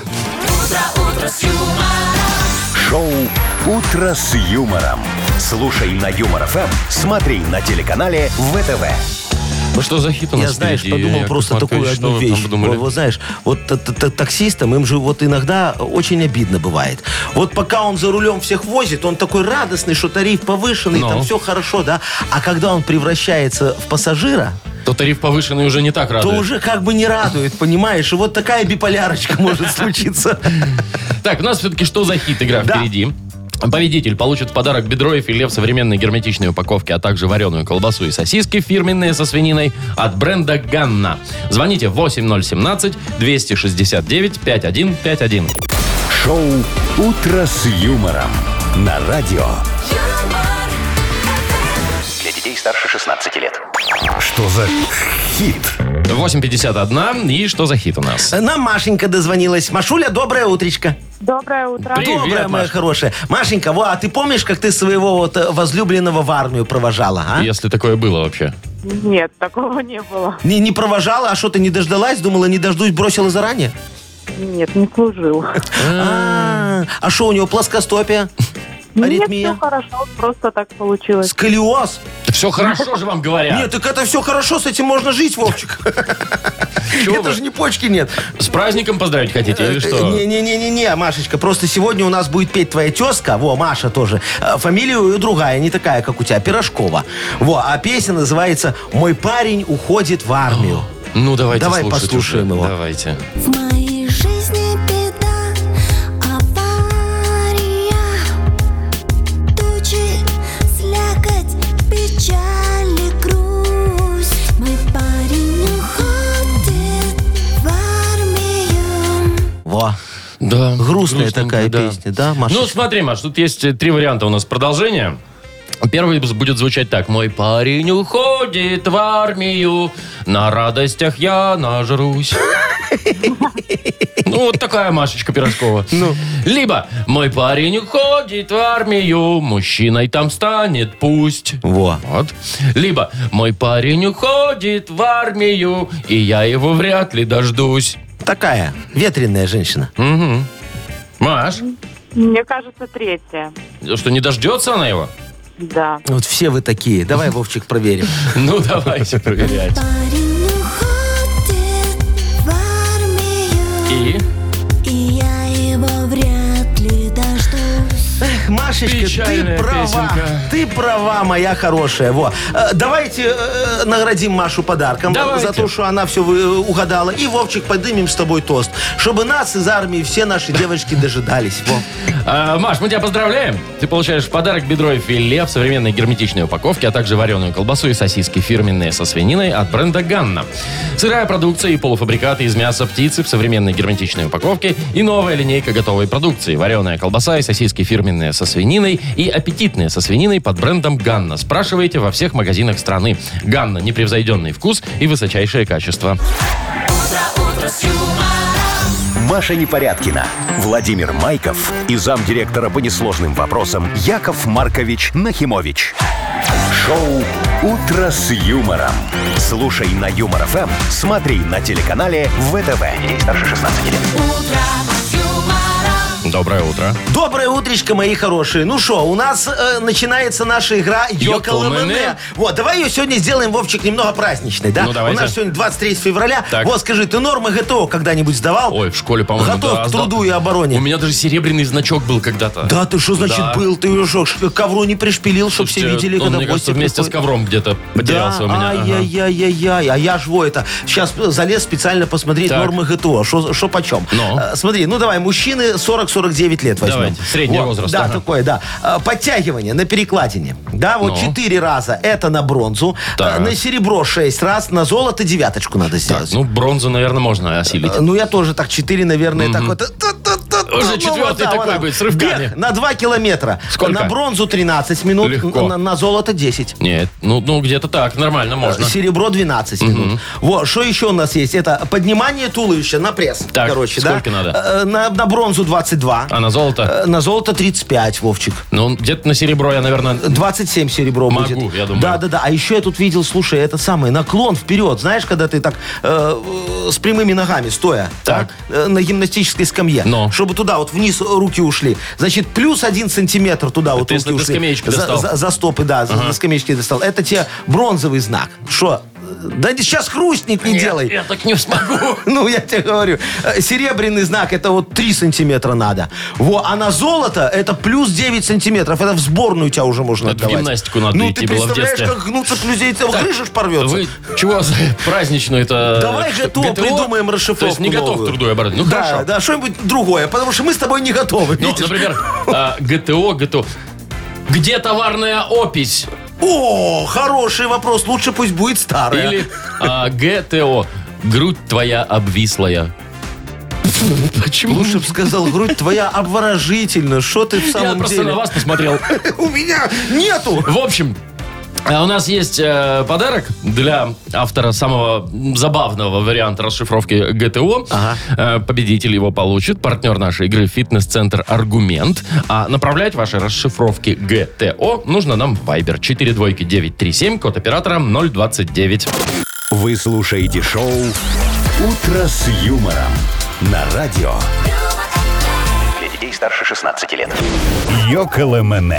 Шоу «Утро с юмором». Слушай на Юмор ФМ, смотри на телеканале ВТВ. Ну что за хит у нас Я, знаешь, впереди, подумал Яков просто Маркович, такую что одну вы там вещь. подумали? Вот знаешь, вот таксистам, им же вот иногда очень обидно бывает. Вот пока он за рулем всех возит, он такой радостный, что тариф повышенный, Ну. там все хорошо, да? А когда он превращается в пассажира, То тариф повышенный уже не так то радует. уже как бы не радует, понимаешь? И вот такая биполярочка может случиться. Так, у нас все-таки что за хит игра Да. впереди? Победитель получит в подарок бедро и филе в современной герметичной упаковке, а также вареную колбасу и сосиски фирменные со свининой от бренда «Ганна». Звоните 8017-269-5151. Шоу «Утро с юмором» на радио. Для детей старше 16 лет. Что за хит? 8:51. И что за хит у нас? Нам Машенька дозвонилась. Машуля, доброе утречко. Доброе утро. Привет, Доброе, моя Маш. хорошая. Машенька, а ты помнишь, как ты своего вот возлюбленного в армию провожала, а? Если такое было вообще. Нет, такого не было. Не провожала, а что ты не дождалась? Думала, не дождусь, бросила заранее? Нет, не служил. А что у него, плоскостопие? Нет, Аритмия? все хорошо, просто так получилось. Сколиоз? Все хорошо же вам говорят. Нет, так это все хорошо, с этим можно жить, Вовчик. Чего Это вы? же не почки нет. С праздником поздравить хотите или что? Не-не-не, Машечка, просто сегодня у нас будет петь твоя тезка, Маша тоже. Фамилия у её другая, не такая, как у тебя, Пирожкова. А песня называется «Мой парень уходит в армию». Ну, давайте Давай слушать послушаем уже. его. Давайте. В моей жизни беда, авария, тучи, слякоть, печаль и грусть. Мой парень уходит в армию. Да. Грустная грустненько, такая да. песня, да, Машечка? Ну, смотри, Маш, тут есть 3 варианта у нас продолжения. Первый будет звучать так. Мой парень уходит в армию, на радостях я нажрусь. Ну, вот такая Машечка Пирожкова. Либо мой парень уходит в армию, мужчиной там станет пусть. Вот. Либо мой парень уходит в армию, и я его вряд ли дождусь. Такая ветреная женщина. Маш, Мне кажется, третье. что не дождется она его? Да. Вот все вы такие. Давай, Вовчик, проверим. Ну, давайте проверять. Парень уходит в армию, И? и я его вряд ли дождусь. Эх, Машечка, Печальная ты права. песенка. Ты права, моя хорошая. Во. Давайте наградим Машу подарком Давайте. за то, что она все угадала. И, Вовчик, поднимем с тобой тост. Чтобы нас из армии все наши девочки дожидались. Во. Маш, мы тебя поздравляем. Ты получаешь в подарок бедро и филе в современной герметичной упаковке, а также вареную колбасу и сосиски фирменные со свининой от бренда «Ганна». Сырая продукция и полуфабрикаты из мяса птицы в современной герметичной упаковке и новая линейка готовой продукции. Вареная колбаса и сосиски фирменные со свининой и аппетитные со свининой под брендом «Ганна». Спрашивайте во всех магазинах страны. «Ганна» – непревзойденный вкус и высочайшее качество. Маша Непорядкина, Владимир Майков и замдиректора по несложным вопросам Яков Маркович Нахимович. Шоу «Утро с юмором». Слушай на Юмор ФМ, смотри на телеканале ВТВ. Ей старше 16 лет. Доброе утро. Доброе утречко, мои хорошие. Ну что, у нас начинается наша игра Йоколэмэне. Йоколэмэне. Вот, давай ее сегодня сделаем, Вовчик, немного праздничной, да? Ну, давайте. У нас сегодня 23 февраля. Так. Вот, скажи, ты нормы ГТО когда-нибудь сдавал? Ой, в школе, по-моему, Готов да, к сдал. труду и обороне. У меня даже серебряный значок был когда-то. Да, ты что значит Да. был? Ты ее что, к ковру не пришпилил, чтобы все Слушайте, видели, он, когда мне в гости кажется, вместе с приходит? ковром где-то потерялся у меня. Ага. Ай-яй-яй-яй-яй. А я ж сейчас залез специально посмотреть Так. нормы ГТО. Что почем? Ну. Смотри, ну давай, мужчины 40-49 лет возьмем. Давайте, средний Вот, возраст, Да, ага. такое, да. Подтягивание на перекладине. Да, вот Ну. 4 раза это на бронзу. Так. На серебро 6 раз, на золото 9 надо сделать. Ну, бронзу, наверное, можно осилить. Ну, я тоже так 4, наверное, так вот. Уже четвертый такой будет, с рывками. Бег на 2 километра. Сколько? На бронзу 13 минут, Легко. на золото 10. Нет, ну где-то так, нормально можно. Серебро 12 минут. Вот, что еще у нас есть? Это поднимание туловища на пресс. Так, короче, сколько да? надо? На бронзу 22. А на золото? На золото 35, Вовчик. Ну, где-то на серебро я, наверное... 27 серебро Могу, будет. я думаю. Да. А еще я тут видел, слушай, это самый наклон вперед. Знаешь, когда ты так с прямыми ногами, стоя, Так. на гимнастической скамье, Но. чтобы туда вот вниз руки ушли. Значит, плюс 1 сантиметр туда вот если руки до ушли. скамеечки достал. За стопы, да, за скамеечки достал. Это тебе бронзовый знак. Что? Да сейчас хрустник не делай. Я так не смогу. Ну, я тебе говорю. Серебряный знак, это вот 3 сантиметра надо. А на золото это плюс 9 сантиметров. Это в сборную тебя уже можно Это в отдавать. гимнастику надо ну, идти ты было в представляешь, детстве. как гнуться плюс 9, грыжа ж порвется. Вы чего за праздничную-то... Давай что, ГТО придумаем расшифровку То есть не готов новую. к труду и обороне. Ну, Да, хорошо. да, что-нибудь другое, потому что мы с тобой не готовы. Ну, видишь? например, ГТО. Где товарная опись? О, хороший вопрос. Лучше пусть будет старая. Или ГТО. Грудь твоя обвислая. Почему? Лучше бы сказал, грудь твоя обворожительна. Что ты в Я самом просто деле? на вас посмотрел. У меня нету. В общем, у нас есть подарок для автора самого забавного варианта расшифровки ГТО. Победитель его получит. Партнер нашей игры «Фитнес-центр Аргумент». А направлять ваши расшифровки ГТО нужно нам в Viber 42937, код оператора 029. Вы слушаете шоу «Утро с юмором» на радио Для детей старше 16 лет. Йоколэмэне.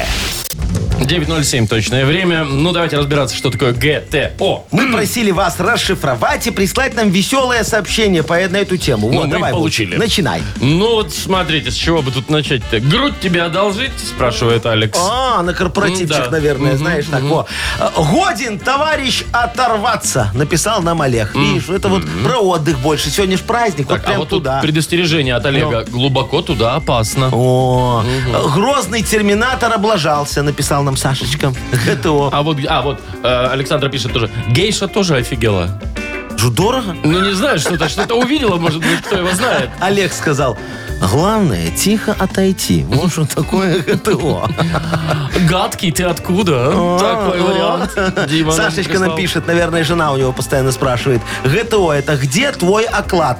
9:07 точное время. Ну, давайте разбираться, что такое ГТО. Мы просили вас расшифровать и прислать нам веселое сообщение на эту тему. Ну, Вот, мы давай, их получили. Вовчик, начинай. Ну, вот смотрите, с чего бы тут начать-то? Грудь тебе одолжить? Спрашивает Алекс. На корпоративчик, Да. наверное, знаешь, так. Годен, товарищ, оторваться, написал нам Олег. Видишь, это вот про отдых больше. Сегодня ж праздник, вот Так, а прям вот тут туда. предостережение от Олега. Глубоко туда опасно. Грозный терминатор облажался, написал нам Сашечка. ГТО. Вот Александра пишет тоже. Гейша тоже офигела. Жу, дорого? Ну, не знаю, что-то увидела, может быть, кто его знает. Олег сказал, главное, тихо отойти. Вот что такое ГТО. Гадкий, ты откуда? Такой вариант. Дима нам Сашечка прислал. нам пишет, наверное, жена у него постоянно спрашивает. ГТО, это где твой оклад?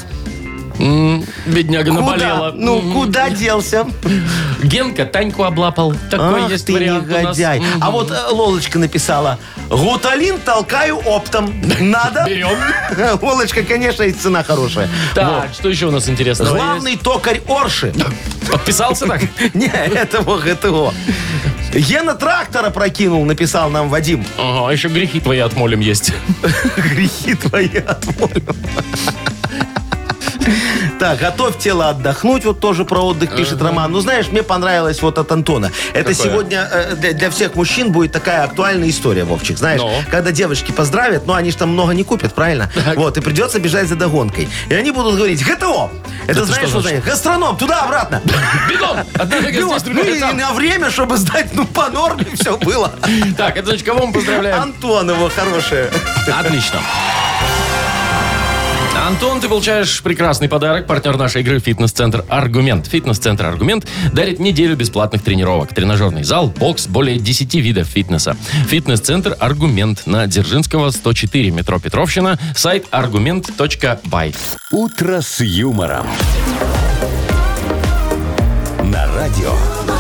Бедняга наболела. Куда? Ну, куда делся? Генка Таньку облапал. Такой Ах есть ты вариант у нас. негодяй. А вот Лолочка написала, гуталин толкаю оптом. Надо? Берем. Лолочка, конечно, и цена хорошая. Так, что еще у нас интересного Главный токарь Орши. есть? Подписался так? Не, этого ГТО. Гена трактора прокинул, написал нам Вадим. Ага, еще грехи твои отмолим есть. Грехи твои отмолю. Так, готовь тело отдохнуть. Вот тоже про отдых пишет Роман. Ну, знаешь, мне понравилось вот от Антона. Это Какое? сегодня для всех мужчин будет такая актуальная история, Вовчик. Знаешь, Ну? когда девочки поздравят, ну, они же там много не купят, правильно? Вот, и придется бежать за догонкой. И они будут говорить: ГТО! Это знаешь, что значит? Гастроном, туда-обратно. Бегом! Одна нога здесь, Ну, другая и там. на время, чтобы сдать, ну, по норме все было. Так, это значит, кого мы поздравляем? Антон его хорошее. Отлично. Антон, ты получаешь прекрасный подарок. Партнер нашей игры «Фитнес-центр Аргумент». «Фитнес-центр Аргумент» дарит неделю бесплатных тренировок. Тренажерный зал, бокс, более 10 видов фитнеса. «Фитнес-центр Аргумент» на Дзержинского, 104, метро Петровщина. Сайт argument.by. «Утро с юмором». На радио.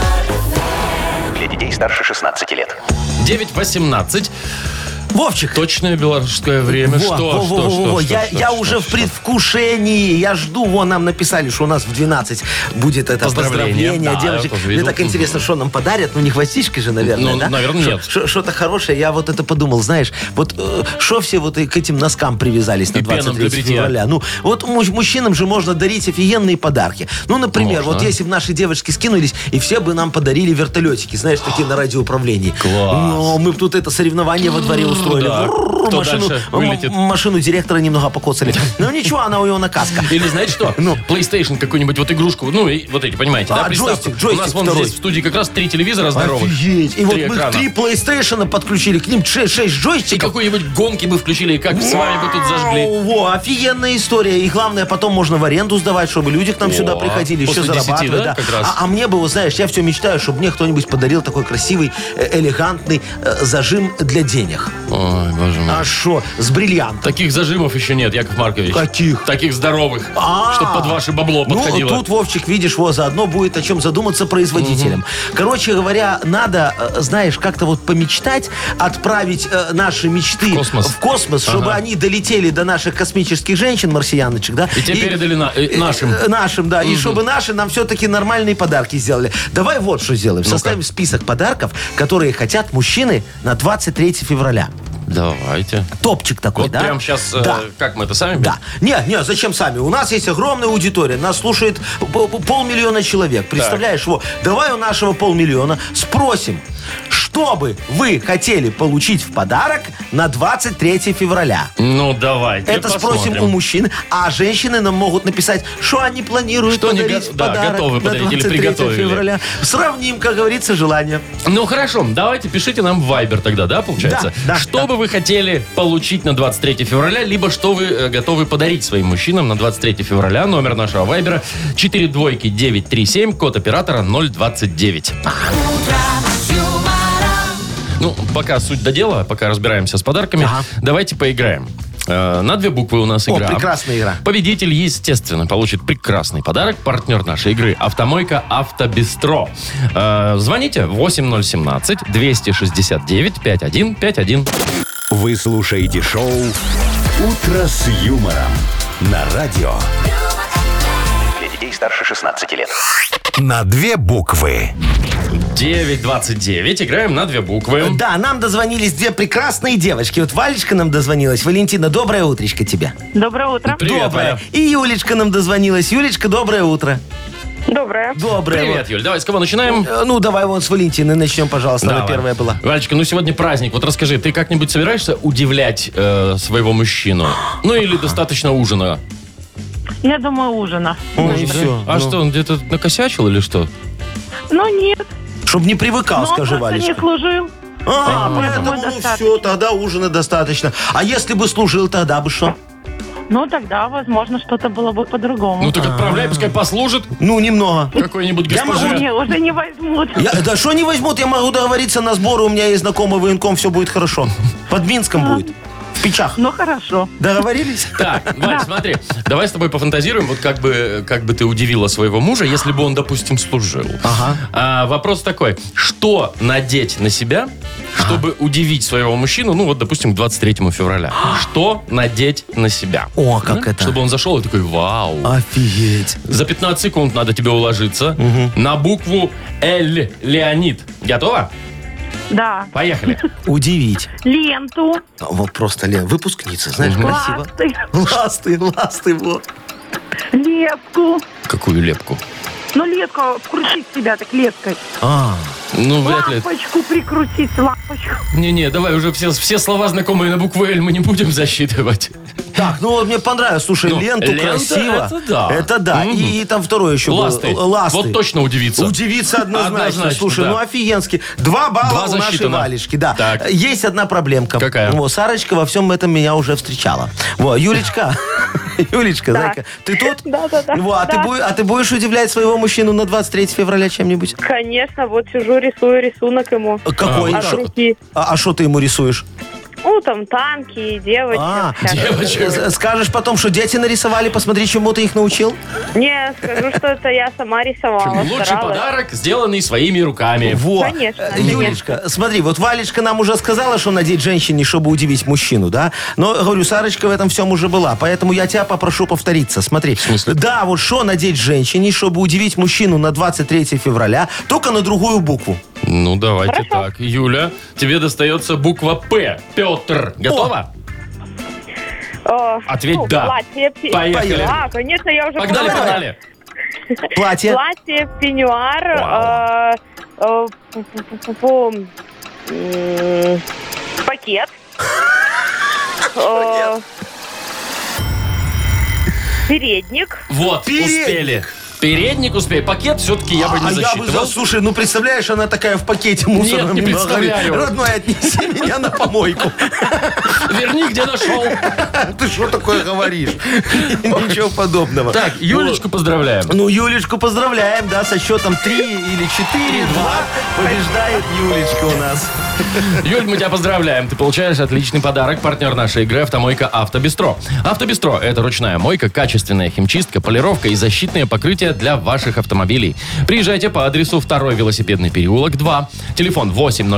Для детей старше 16 лет. 9:18. Вовчик. Точное белорусское время. Что? Я уже в предвкушении. Я жду. Нам написали, что у нас в 12 будет это Поздравление. поздравление Да, девочек. я тоже Мне видел. так интересно, что нам подарят. Ну, не хвостички же, наверное, Ну, да? наверное, нет. Что-то хорошее. Я вот это подумал, знаешь, вот что все вот к этим носкам привязались на И пеном 23 для бритья. февраля? Ну, вот мужчинам же можно дарить офигенные подарки. Ну, например, Можно. вот если бы наши девочки скинулись, и все бы нам подарили вертолетики, знаешь, такие на радиоуправлении. Класс. Но мы бы тут это соревнование во дворе устроили. Да. Кто дальше вылетит? Машину директора немного покоцали. Ну ничего, она у него на каска. Или знаете что? Ну. PlayStation какую-нибудь вот игрушку, ну, и вот эти, понимаете, да, приставку. джойстик У нас вон второй. здесь в студии как раз 3 телевизора здоровых. Офигеть. И вот мы экрана. 3 PlayStation подключили, к ним 6 И джойстиков. какой-нибудь гонки бы включили, и как с вами бы тут зажгли. Во, офигенная история. И главное, потом можно в аренду сдавать, чтобы люди к нам сюда приходили, еще после 10, зарабатывать. да, как раз? А мне бы, вот знаешь, я все мечтаю, чтобы мне кто-нибудь подарил такой красивый, элегантный зажим для денег. Ой, боже мой. А что? С бриллиантом. Таких зажимов еще нет, Яков Маркович. Каких? Таких здоровых. А. Чтоб под ваше бабло подходило. Ну, тут, Вовчик, видишь, заодно будет о чем задуматься производителям. Короче говоря, надо, знаешь, как-то вот помечтать, отправить наши мечты В космос. чтобы Ага. они долетели до наших космических женщин, марсианочек, да? И те передали нашим. Нашим, да. И чтобы наши нам все-таки нормальные подарки сделали. Давай вот что сделаем. Составим список подарков, которые хотят мужчины на 23 февраля. Давайте. Топчик такой, Вот да? прям сейчас, Да. как мы это сами? Да. Не, зачем сами? У нас есть огромная аудитория. Нас слушает 500 000 человек. Представляешь, давай у нашего 500 000 спросим, что бы вы хотели получить в подарок на 23 февраля. Ну, давайте Это посмотрим. спросим у мужчин, а женщины нам могут написать, что они планируют Что они подарить в да, подарок готовы на подарить или 23 приготовили. февраля. Сравним, как говорится, желание. Ну, хорошо, давайте пишите нам в Viber тогда, да, получается? Да, что да. бы вы хотели получить на 23 февраля, либо что вы готовы подарить своим мужчинам на 23 февраля. Номер нашего Viber 42937, код оператора 029. Ну, пока суть до дела, пока разбираемся с подарками, Ага. давайте поиграем. На 2 буквы у нас игра. Прекрасная игра. Победитель, естественно, получит прекрасный подарок. Партнер нашей игры — «Автомойка Автобестро». Звоните 8017-269-5151. Вы слушаете шоу «Утро с юмором» на радио. Для детей старше 16 лет. На 2 буквы. 9:29. Играем на 2 буквы. Да, нам дозвонились 2 прекрасные девочки. Вот Валечка нам дозвонилась. Валентина, доброе утречко тебе. Доброе утро. Привет, Доброе. Валя. И Юлечка нам дозвонилась. Юлечка, доброе утро. Доброе. Доброе. Привет, Юль. Давай, с кого начинаем? Ну, давай вон с Валентины начнем, пожалуйста. Она Давай. первая была. Валечка, ну сегодня праздник. Вот расскажи, ты как-нибудь собираешься удивлять своего мужчину? Ну или достаточно ужина? Я думаю, ужина. Ой, все. А что, он где-то накосячил или что? Ну, нет. Чтоб не привыкал, Но он скажи, просто не Валечка. служил. Поэтому, думаю, ну достаточно. все, тогда ужина достаточно. А если бы служил, тогда бы что? Ну, тогда, возможно, что-то было бы по-другому. Ну так отправляй, пускай послужит Ну, немного. какой-нибудь Я могу госпожа. Не, уже не возьмут. Да что не возьмут, я могу договориться на сборы, у меня есть знакомый военком, все будет хорошо. Под Минском будет. В Печах. Ну, хорошо. Договорились? Так, Валь, смотри, давай с тобой пофантазируем, вот как бы ты удивила своего мужа, если бы он, допустим, служил. Ага. Вопрос такой, что надеть на себя, чтобы удивить своего мужчину, ну вот, допустим, к 23 февраля. Что надеть на себя? О, как Да? это. Чтобы он зашел и такой, вау. Офигеть. За 15 секунд надо тебе уложиться на букву Л. Леонид. Готова? Да. Поехали. Удивить. Ленту. Вот просто, Лен, выпускница, знаешь, красиво. Ласты, вот. Лепку. Какую лепку? Ну, лепка, вкрутить себя так лепкой. Ну, вряд ли. Лампочку прикрутить, лампочку. Не-не, давай уже все слова, знакомые на букву «Л», мы не будем засчитывать. Так, ну вот мне понравилось. Слушай, Ну, ленту лента, красиво. это да. Это да. И там второе еще Ласты. было. Ласты. Вот точно удивиться. Удивиться однозначно. Однозначно, Слушай, да. ну офигенски. 2 балла Два у нашей засчитано. Валечки, да. Так. Есть одна проблемка. Какая? Вот, Сарочка во всем этом меня уже встречала. Вот, Юлечка. Юлечка, зайка, ты тут? Да. Вот, а ты будешь удивлять своего мужчину на 23 февраля чем-нибудь? Конечно, вот сижу, рисую рисунок ему. Какой? От руки. А что ты ему рисуешь? Ну, там танки, девочки. Девочек. Скажешь потом, что дети нарисовали, посмотри, чему ты их научил? Не, скажу, что это я сама рисовала. Лучший старалась. подарок, сделанный своими руками. Во. Конечно, Юлечка, смотри, вот Валечка нам уже сказала, что надеть женщине, чтобы удивить мужчину, да? Но, говорю, Сарочка в этом всем уже была, поэтому я тебя попрошу повториться. Смотри. В смысле? Да, вот что надеть женщине, чтобы удивить мужчину на 23 февраля, только на другую букву. Ну, давайте Хорошо. так. Юля, тебе достается буква «П». Петр. Готова? Ответь «да». Платье, Поехали. А, конечно, я уже Погнали, поняла. погнали. Платье. Платье, пеньюар, Вау. пакет. Передник. Вот, Передник. успели. Передник успели. Пакет все-таки я бы не засчитывал. Слушай, ну представляешь, она такая в пакете мусорном. Нет, не немного говорит, представляю. Родной, отнеси меня на помойку. Верни, где нашел. Ты что такое говоришь? Ничего подобного. Так, Юлечку поздравляем. Ну, Юлечку поздравляем, да, со счетом 3 или 4-2 побеждает Юлечка у нас. Юль, мы тебя поздравляем. Ты получаешь отличный подарок. Партнер нашей игры — «Автомойка Автобестро». Автобестро — это ручная мойка, качественная химчистка, полировка и защитные покрытия для ваших автомобилей. Приезжайте по адресу 2-й велосипедный переулок, 2. Телефон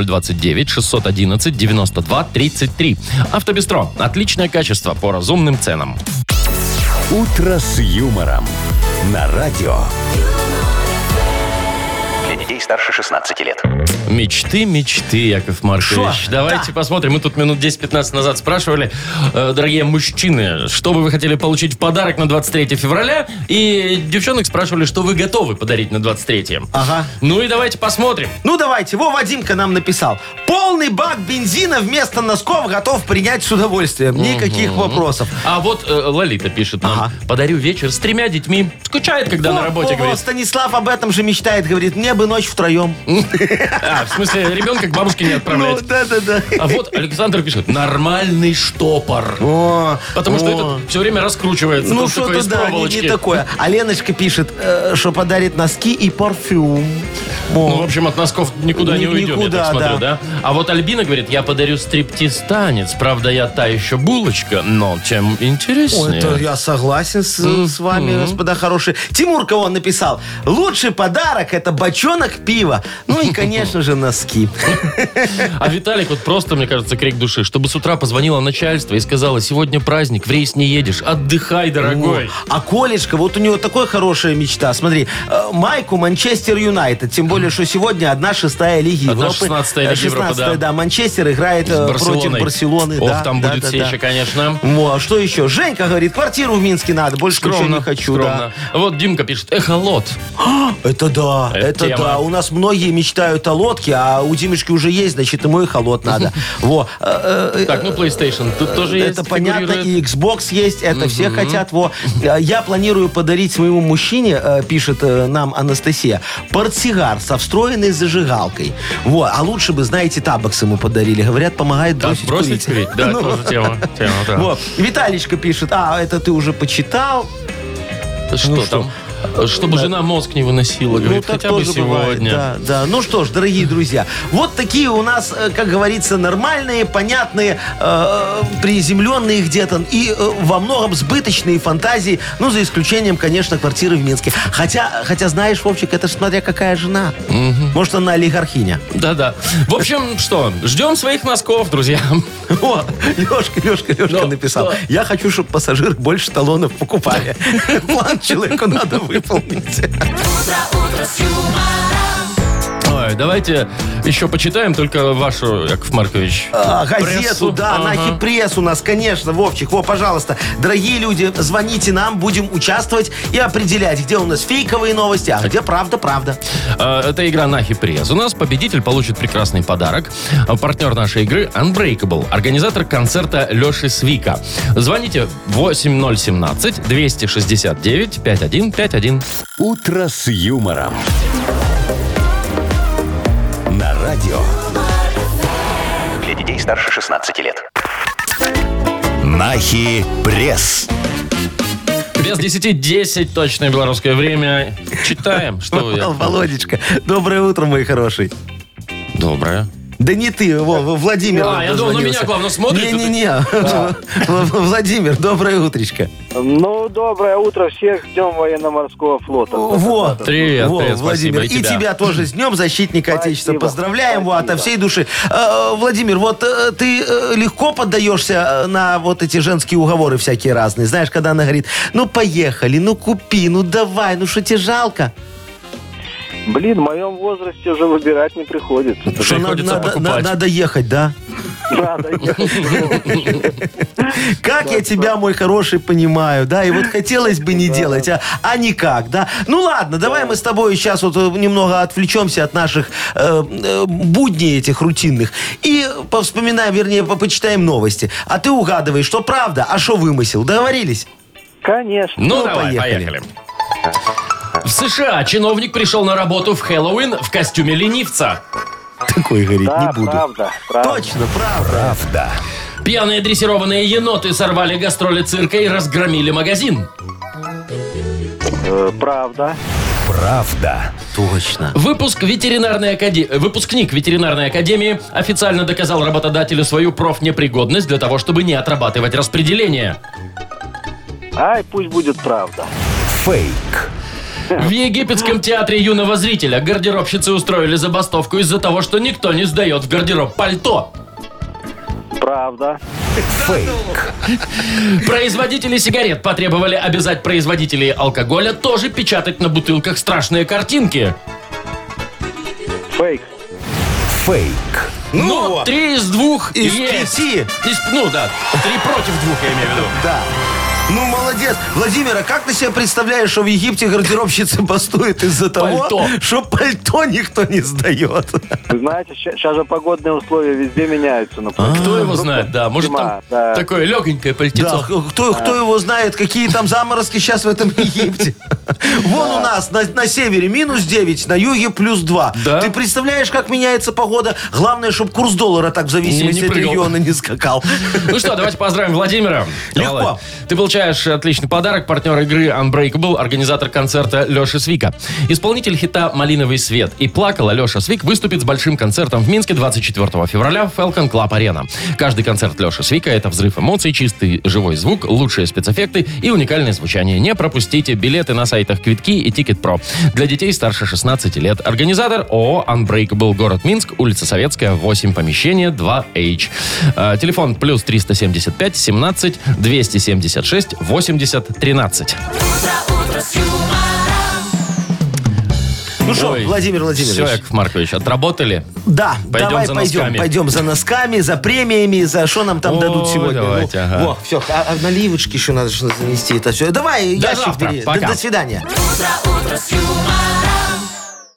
8029-611-92-33. Автобестро. Отличное качество по разумным ценам. «Утро с юмором» на радио. Для детей старше 16 лет. Мечты, Яков Маркович. Шо? Давайте посмотрим. Мы тут минут 10-15 назад спрашивали, дорогие мужчины, что бы вы хотели получить в подарок на 23 февраля? И девчонок спрашивали, что вы готовы подарить на 23. Ага. Ну и давайте посмотрим. Ну, давайте. Вадимка нам написал. Полный бак бензина вместо носков готов принять с удовольствием. Никаких вопросов. А вот Лолита пишет нам. Ага. Подарю вечер с 3 детьми. Скучает, когда на работе, говорит. Станислав об этом же мечтает. Говорит, мне бы ночь втроем. А, в смысле, ребенка к бабушке не отправлять. Ну, да. А вот Александр пишет, нормальный штопор. Потому что этот все время раскручивается. Ну, там такой что-то из да, проволочки. не такое. А Леночка пишет, что подарит носки и парфюм. Ну, в общем, от носков никуда не уйдем, Никуда, я так смотрю, да. А вот Альбина говорит, я подарю стриптиз-танец. Правда, я та еще булочка, но тем интереснее. Это я согласен с вами, господа хорошие. Тимурка он написал, лучший подарок — это бочонок пива. Ну и, конечно же, носки. А Виталик вот просто, мне кажется, крик души, чтобы с утра позвонило начальство и сказала, сегодня праздник, в рейс не едешь, отдыхай, дорогой. А Колечка, вот у него такая хорошая мечта. Смотри, майку Манчестер Юнайтед. Тем более, что сегодня 1/6 Лиги Одна Европы. 16-я Лига Европы, да. Да. Манчестер играет против Барселоной. Барселоны. Ох, да, там да, будет да, сеча, да. конечно. А что еще? Женька говорит, квартиру в Минске надо, больше ничего не хочу. скромно. Да. Вот Димка пишет, эхолот. Это да, Это это тема. да. У нас многие мечтают о лодке, а у Димочки уже есть, значит, ему и холод надо. Во. Так, ну PlayStation тут тоже есть. Это понятно, фигурирует. и Xbox есть, это все хотят. Во. Я планирую подарить своему мужчине, пишет нам Анастасия, портсигар со встроенной зажигалкой. Во. А лучше бы, знаете, табакс ему подарили. Говорят, помогает Так, бросить курить. Да, Ну. тоже тема. Да. Вот. Виталичка пишет, это ты уже почитал. Что Ну там? Чтобы жена мозг не выносила, говорит, так хотя бы тоже бывает, сегодня. да. Ну что ж, дорогие друзья, вот такие у нас, как говорится, нормальные, понятные, приземленные где-то и во многом сбыточные фантазии, ну, за исключением, конечно, квартиры в Минске. Хотя знаешь, Вовчик, это ж смотря какая жена. Может, она олигархиня. Да. В общем, что, ждем своих носков, друзья. О, Лешка Ну, написал. что? Я хочу, чтобы пассажиры больше талонов покупали. План человеку надо выполнить. Ой, давайте еще почитаем только вашу, Яков Маркович, Газету, прессу. да, Ага. Нахи-пресс у нас, конечно, Вовчик. Пожалуйста, дорогие люди, звоните нам, будем участвовать и определять, где у нас фейковые новости, а где правда. Это игра Нахи Пресс. У нас победитель получит прекрасный подарок. Партнер нашей игры Unbreakable, организатор концерта Леши Свика. Звоните 8017-269-5151. «Утро с юмором». На радио. Для детей старше 16 лет. Нахи Пресс. Без 10:10 точное белорусское время. Читаем. Что вы, Яков Маркович? Володечка, доброе утро, мой хороший. Доброе. Да не ты, Владимир. Я думал, на меня, дозвонился. главное, смотрит. Не-не-не. Владимир, доброе утречко. Ну, доброе утро всех. Ждем военно-морского флота. Вот. Привет, привет, Владимир. спасибо, И тебя тоже с Днем Защитника Отечества. Спасибо. Поздравляем его ото Спасибо. всей души. Владимир, вот ты легко поддаешься на вот эти женские уговоры всякие разные. Знаешь, когда она говорит, ну поехали, ну купи, ну давай, ну что тебе жалко? Блин, в моем возрасте уже выбирать не приходится. Что Приходится покупать. надо ехать, да? Надо ехать. Как я тебя, мой хороший, понимаю, да? И вот хотелось бы не делать, а никак, да? Ну ладно, давай мы с тобой сейчас вот немного отвлечемся от наших будней этих рутинных и повспоминаем, вернее, почитаем новости. А ты угадывай, что правда, а что вымысел. Договорились? Конечно. Ну, Ну, давай, поехали. поехали. В США чиновник пришел на работу в Хэллоуин в костюме ленивца. Такой говорить Да, не буду. правда. Точно, правда. Правда. Пьяные дрессированные еноты сорвали гастроли цирка и разгромили магазин. Правда. Правда. Точно. Выпускник ветеринарной академии официально доказал работодателю свою профнепригодность для того, чтобы не отрабатывать распределение. Ай, пусть будет правда. Фейк. В египетском театре юного зрителя гардеробщицы устроили забастовку из-за того, что никто не сдает в гардероб пальто. Правда. Фейк. Производители сигарет потребовали обязать производителей алкоголя тоже печатать на бутылках страшные картинки. Фейк. Фейк. Ну, вот. 3 из 2 Из есть. 5. Ну да, 3 против 2, я имею в виду. Да. Ну, молодец. Владимир, а как ты себе представляешь, что в Египте гардеробщицы бастуют из-за того, Пальто. что пальто никто не сдает? Вы знаете, сейчас же погодные условия везде меняются. Кто его знает, да. Может, там Да. такое легонькое Да, пальтецо. кто его знает, какие там заморозки сейчас в этом Египте. Вон у нас на севере -9, на юге +2. Да. Ты представляешь, как меняется погода? Главное, чтобы курс доллара так в зависимости Не от прыгал. региона не скакал. Ну что, давайте поздравим Владимира. Легко. Володь, ты получаешь отличный подарок. Партнер игры Unbreakable, организатор концерта Леши Свика. Исполнитель хита «Малиновый свет» и «Плакала» Леша Свик выступит с большим концертом в Минске 24 февраля в Falcon Club Arena. Каждый концерт Леши Свика — это взрыв эмоций, чистый живой звук, лучшие спецэффекты и уникальное звучание. Не пропустите билеты на сайтах Квитки и Ticket.pro. Для детей старше 16 лет. Организатор ООО Unbreakable, город Минск, улица Советская, 8, помещение 2H. Телефон +3 375 17 276 80 13. Ну что, Ой, Владимир Все, Владимирович. Яков Маркович, отработали? Да, Пойдем давай за пойдем. носками. Пойдем за носками, за премиями, за что нам там О, дадут сегодня. давайте, ага. Во, все, наливочки еще надо занести это все. Давай, До ящик завтра, бери. пока. До свидания. Утро с юмором.